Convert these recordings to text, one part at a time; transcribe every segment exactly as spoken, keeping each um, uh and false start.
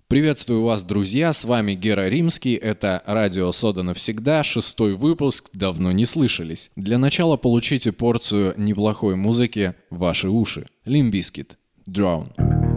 Приветствую вас, друзья, с вами Гера Римский, это радио «Сода навсегда», шестой выпуск, давно не слышались. Для начала получите порцию неплохой музыки в ваши уши. Limp Bizkit, Drown.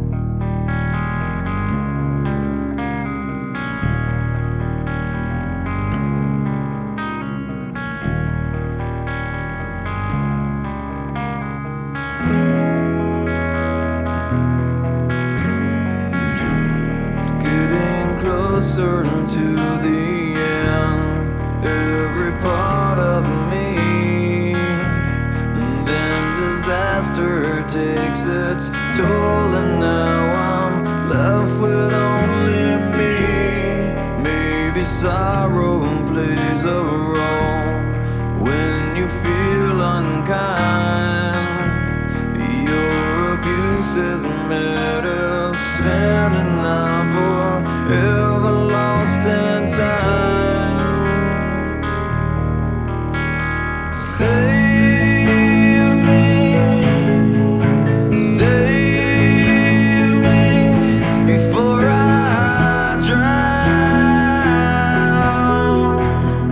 Closer to the end, every part of me, and then disaster takes its toll, and now I'm left with only me. Maybe sorrow plays a role when you feel unkind. Your abuse is medicine, and I'm forever lost in time. Save me, save me before I drown.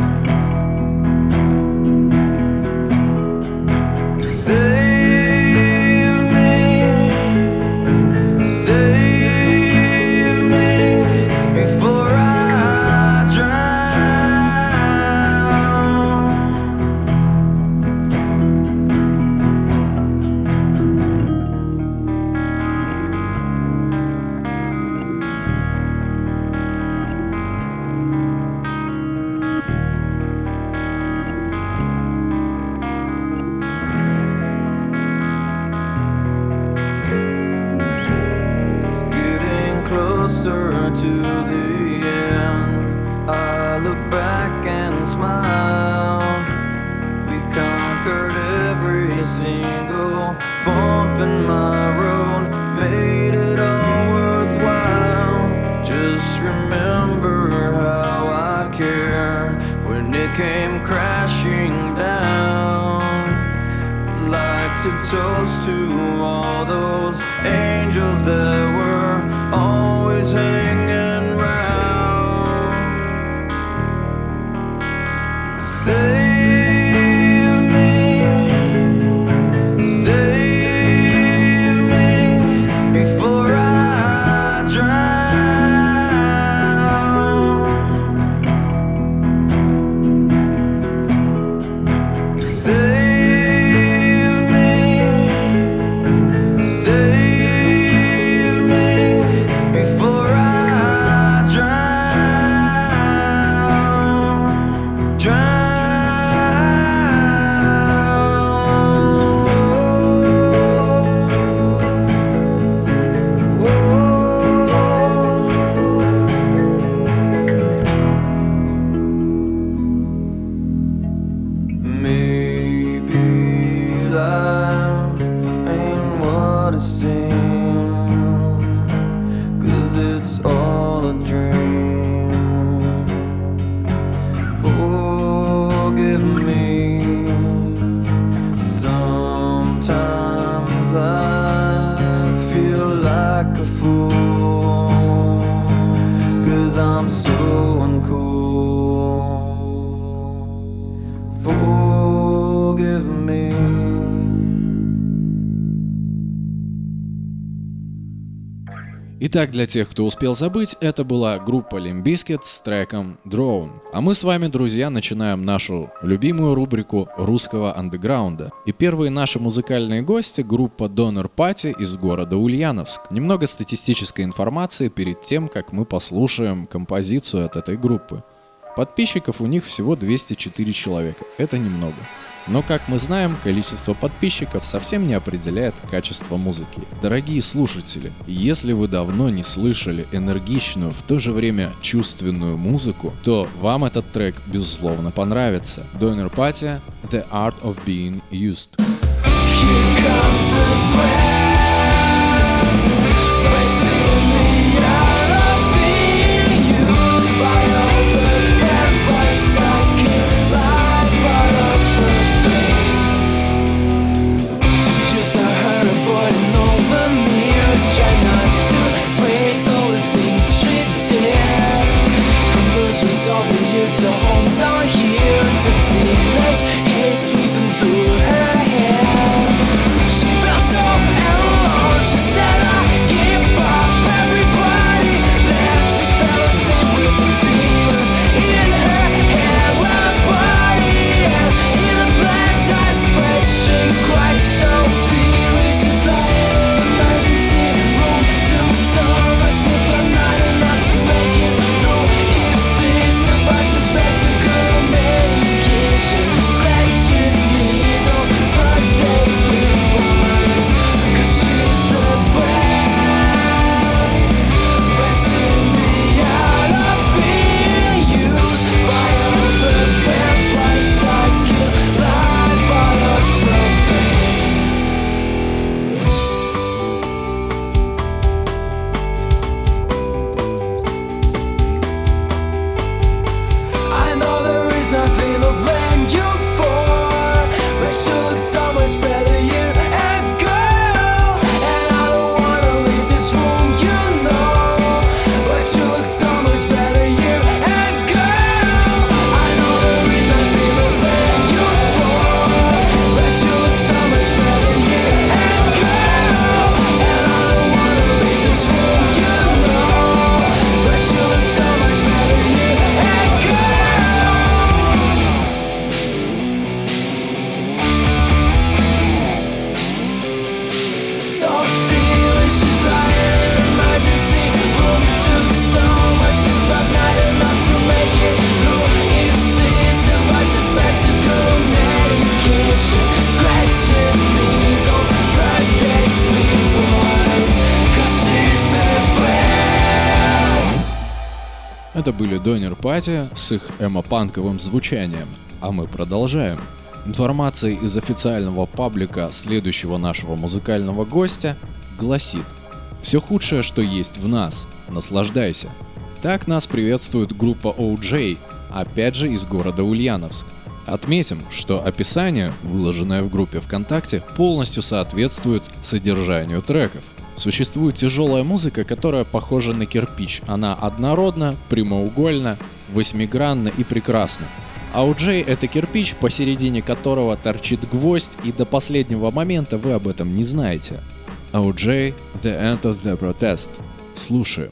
Save me, save closer to the end. I look back and smile. We conquered every single bump in my road, made it all worthwhile. Just remember how I cared when it came crashing down. Like to toast to all those angels that were always hanging round. Save me, save me before I drown. Save Итак, для тех, кто успел забыть, это была группа Limp Bizkit с треком Drown. А мы с вами, друзья, начинаем нашу любимую рубрику русского андеграунда. И первые наши музыкальные гости — группа Donner Party из города Ульяновск. Немного статистической информации перед тем, как мы послушаем композицию от этой группы. Подписчиков у них всего двести четыре человека. Это немного. Но, как мы знаем, количество подписчиков совсем не определяет качество музыки. Дорогие слушатели, если вы давно не слышали энергичную, в то же время чувственную музыку, то вам этот трек, безусловно, понравится. Donner Party — The Art of Being Used. Here comes the breath. Try not to face all the things she Это были Donner Party с их эмо-панковым звучанием, а мы продолжаем. Информация из официального паблика следующего нашего музыкального гостя гласит: «Все худшее, что есть в нас. Наслаждайся». Так нас приветствует группа о джей, опять же из города Ульяновск. Отметим, что описание, выложенное в группе ВКонтакте, полностью соответствует содержанию треков. Существует тяжелая музыка, которая похожа на кирпич. Она однородна, прямоугольна, восьмигранна и прекрасна. о джей — это кирпич, посередине которого торчит гвоздь, и до последнего момента вы об этом не знаете. о джей — The End of the Protest. Слушаем.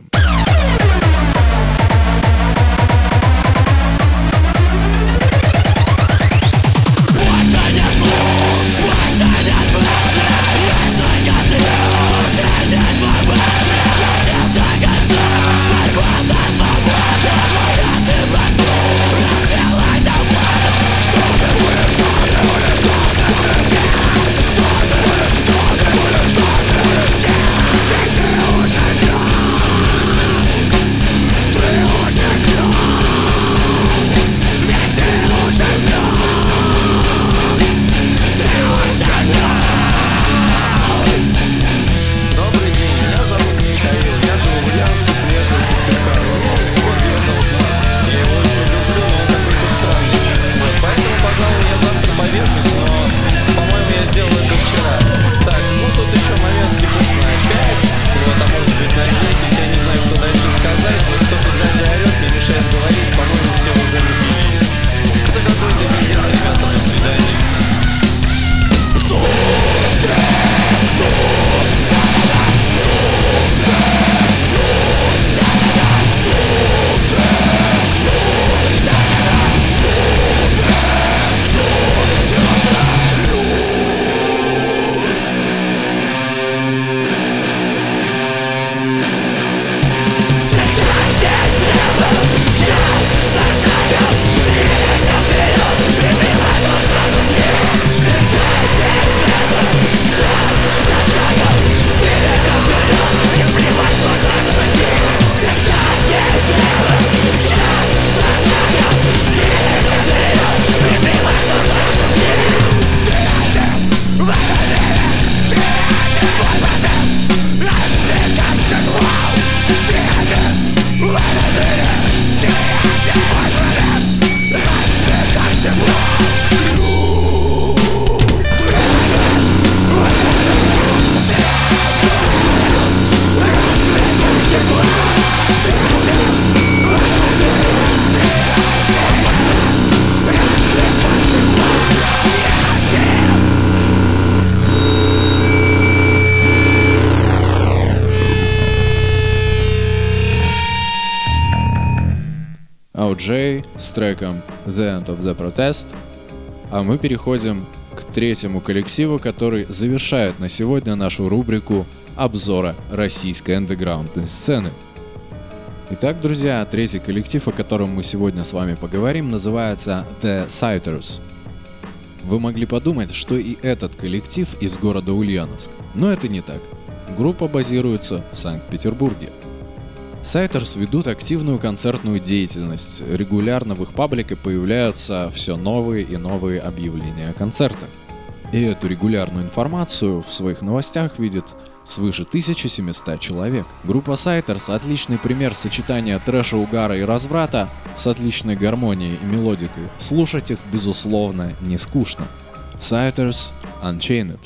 о джей с треком The End of the Protest, а мы переходим к третьему коллективу, который завершает на сегодня нашу рубрику обзора российской андеграундной сцены. Итак, друзья, третий коллектив, о котором мы сегодня с вами поговорим, называется The Sighters. Вы могли подумать, что и этот коллектив из города Ульяновск, но это не так. Группа базируется в Санкт-Петербурге. Sighters ведут активную концертную деятельность. Регулярно в их паблике появляются все новые и новые объявления о концертах. И эту регулярную информацию в своих новостях видит свыше тысячи семисот человек. Группа Sighters — отличный пример сочетания трэша, угара и разврата с отличной гармонией и мелодикой. Слушать их, безусловно, не скучно. Sighters Unchained.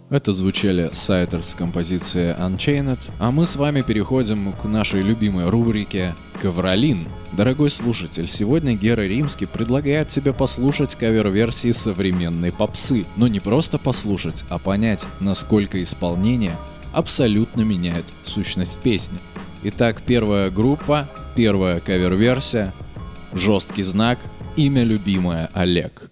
Это звучали Сайтер с композицией Unchained, а мы с вами переходим к нашей любимой рубрике «Ковролин». Дорогой слушатель, сегодня Гера Римский предлагает тебе послушать кавер-версии современной попсы. Но не просто послушать, а понять, насколько исполнение абсолютно меняет сущность песни. Итак, первая группа, первая кавер-версия, «Жесткий знак», имя любимое Олег.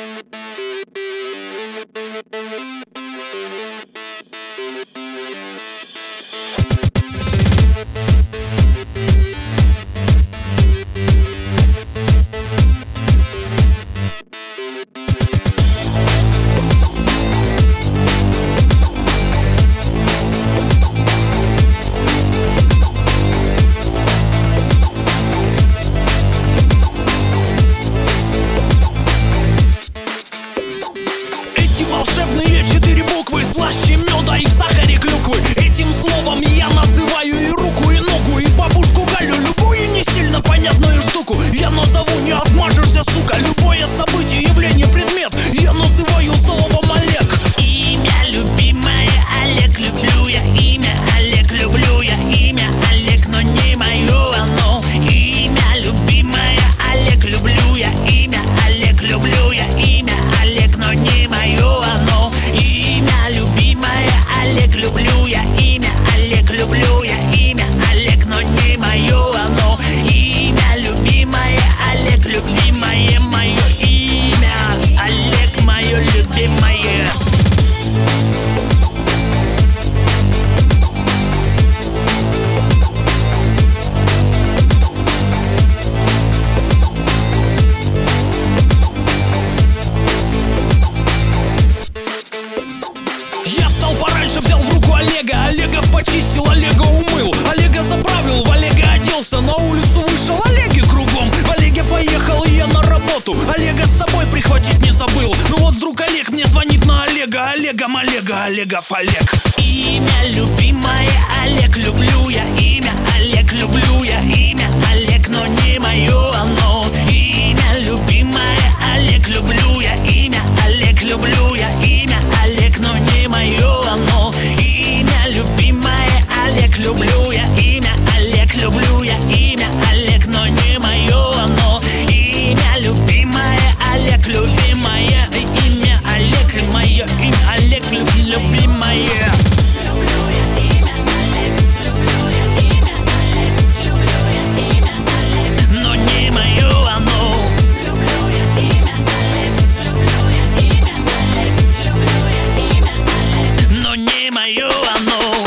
Олегов Олег. Имя любимое Олег, люблю я имя Олег, люблю я имя Олег, но не мое оно. Имя любимое Олег, люблю я имя Олег, люблю я имя Олег, но не мое оно. Имя любимое Олег, люблю я имя Олег, люблю я имя Олег, но не мое оно. Имя любимое Олег, любимое имя Олег, и мое имя Олег, любимое. Но не мое оно. Но не мое оно.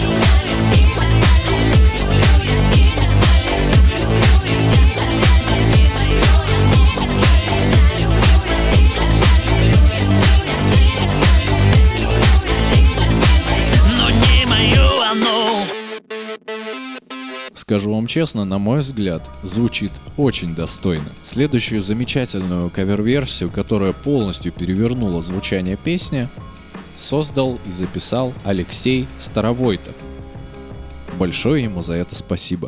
Скажу вам честно, на мой взгляд, звучит очень достойно. Следующую замечательную кавер-версию, которая полностью перевернула звучание песни, создал и записал Алексей Старовойтов. Большое ему за это спасибо.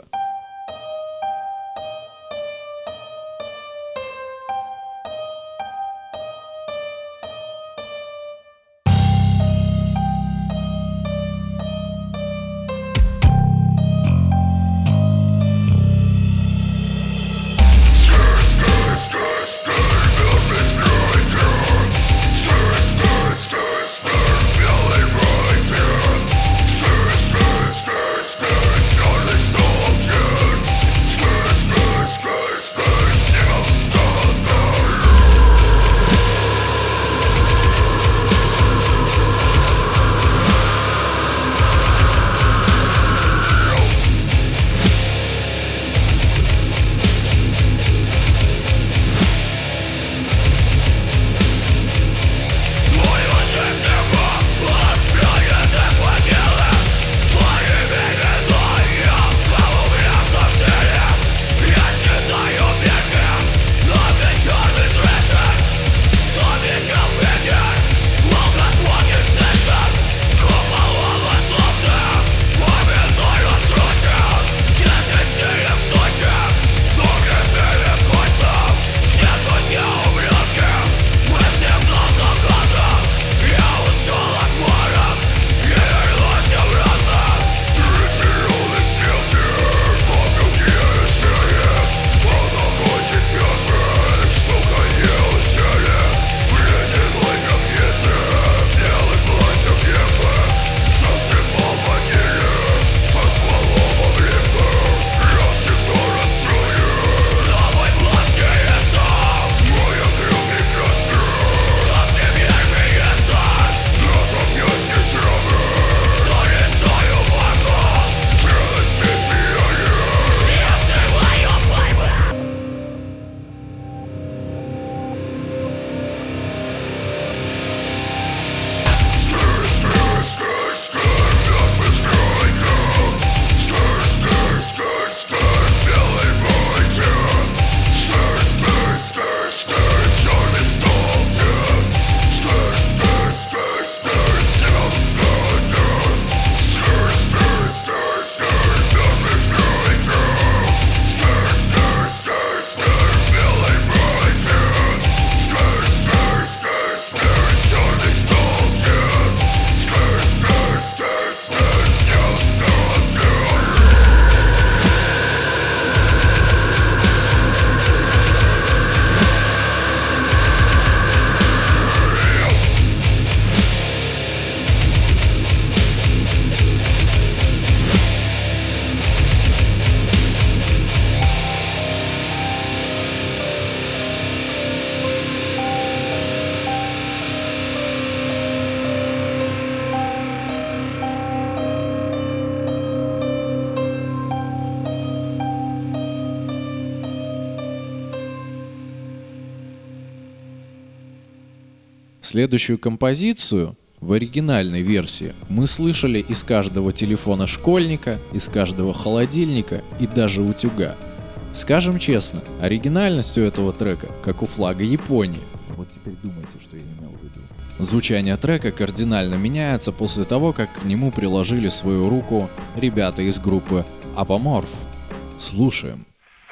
Started Следующую композицию в оригинальной версии мы слышали из каждого телефона школьника, из каждого холодильника и даже утюга. Скажем честно, оригинальность у этого трека, как у флага Японии. Вот теперь думайте, что я имел в виду. Звучание трека кардинально меняется после того, как к нему приложили свою руку ребята из группы Apomorph. Слушаем.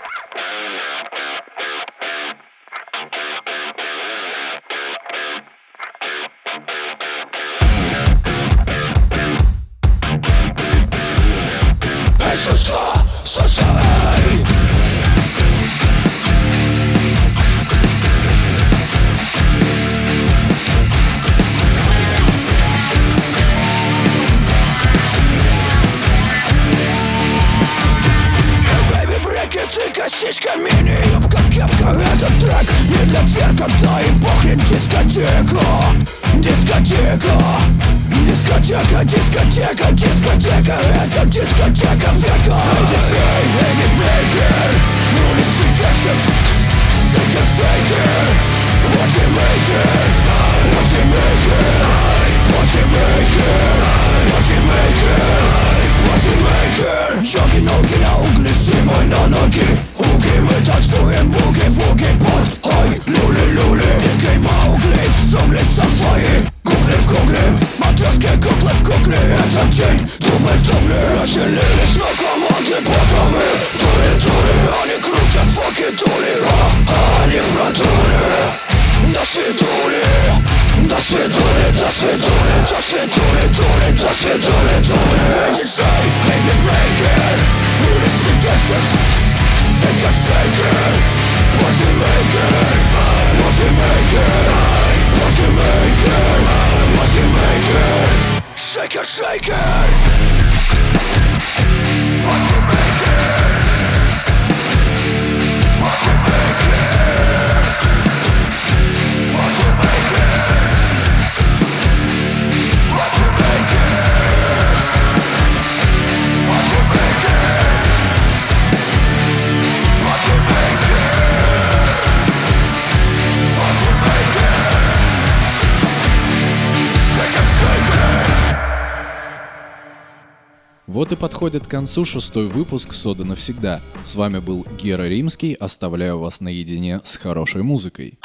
Косичка, мини-юбка, кепка. Этот трек не для тех, когда им похрен дискотека. Дискотека, дискотека, дискотека, дискотека. Это дискотека века. Эй, диджей, эй, битмейкер, уличный Texas, шейкер, шейкер. Watchmaker, watchmaker, watchmaker, watchmaker, watchmaker. Jogi-ноги на угли, зимой на ноги. Уги, мы танцуем буги-вуги под ой, люли-люли. Дикий Маугли в джунгли со своей кукли в кукле. Матрешки куклы в кукле. Этот день дубль в дубле. Разделились на команды, пока мы тури-тури. Они крутят фоки-тули, а они продули. До свидули, до свидули, до свидули, до свидули, дули, до свидули, дули. Диджей, baby breaker, уличный Texas, шейкер, шейкер. Watchmaker, watchmaker, watchmaker, watchmaker. Шейкер, шейкер. Watchmaker, watchmaker. Вот и подходит к концу шестой выпуск «Сода навсегда». С вами был Гера Римский. Оставляю вас наедине с хорошей музыкой.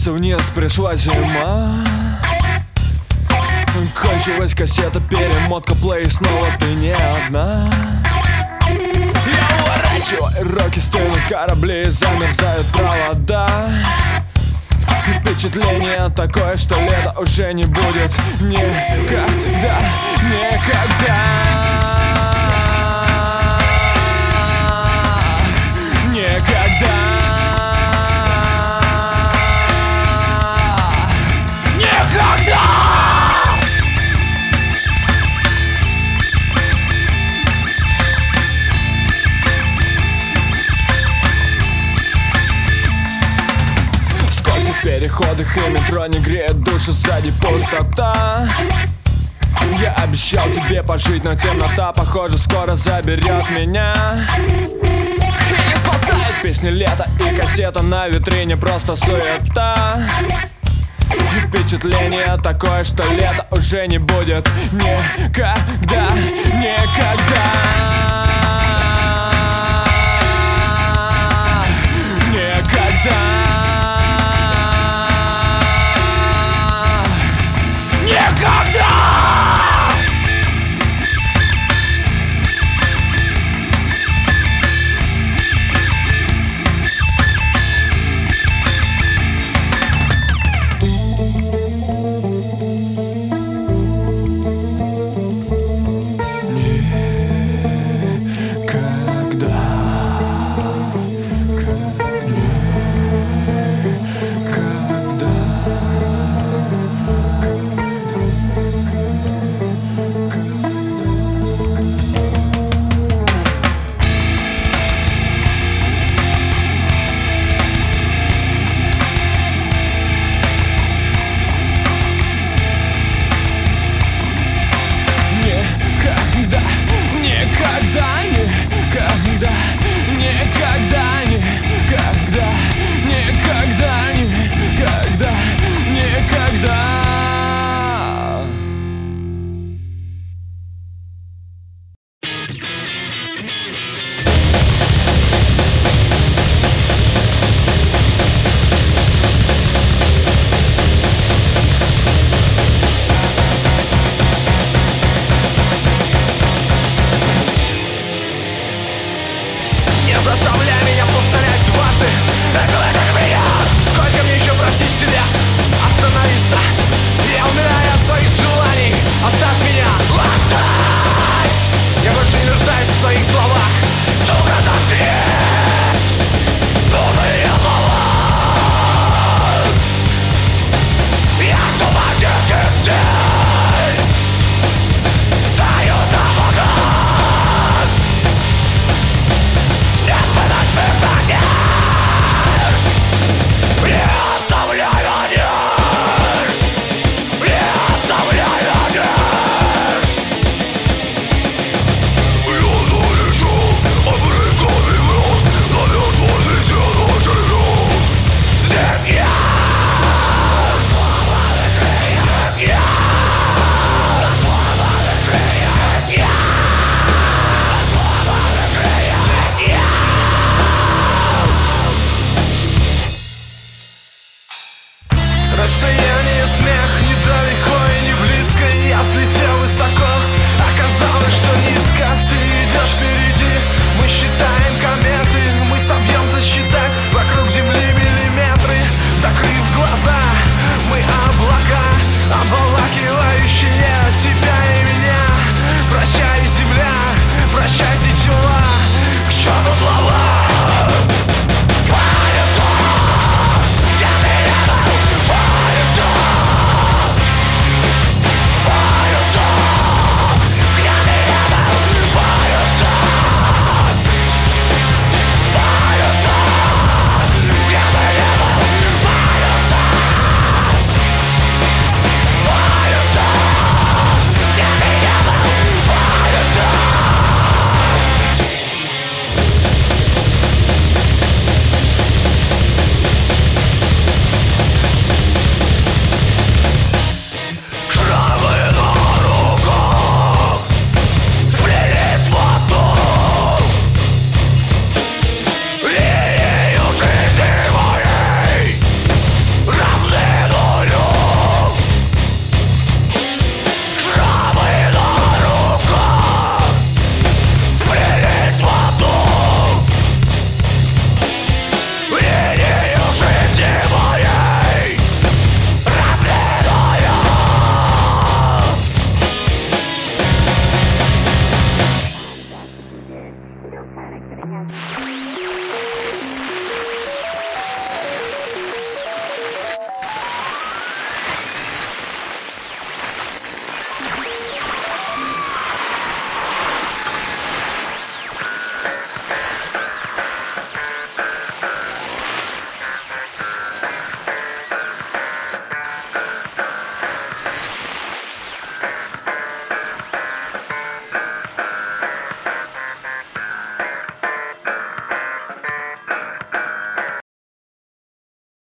спустился вниз, пришла зима. Кончилась кассета, перемотка, плей, снова ты не одна. Я уворачиваю руки, стынут корабли, замерзают провода. Впечатление такое, что лето уже не будет никогда, никогда. Никогда. Никогда. Сколько переходов и метро не греет душу, сзади пустота. Я обещал тебе пожить, но темнота, похоже, скоро заберет меня. И не спасает песни лета и кассета на витрине, просто суета. Впечатление такое, что лето уже не будет никогда.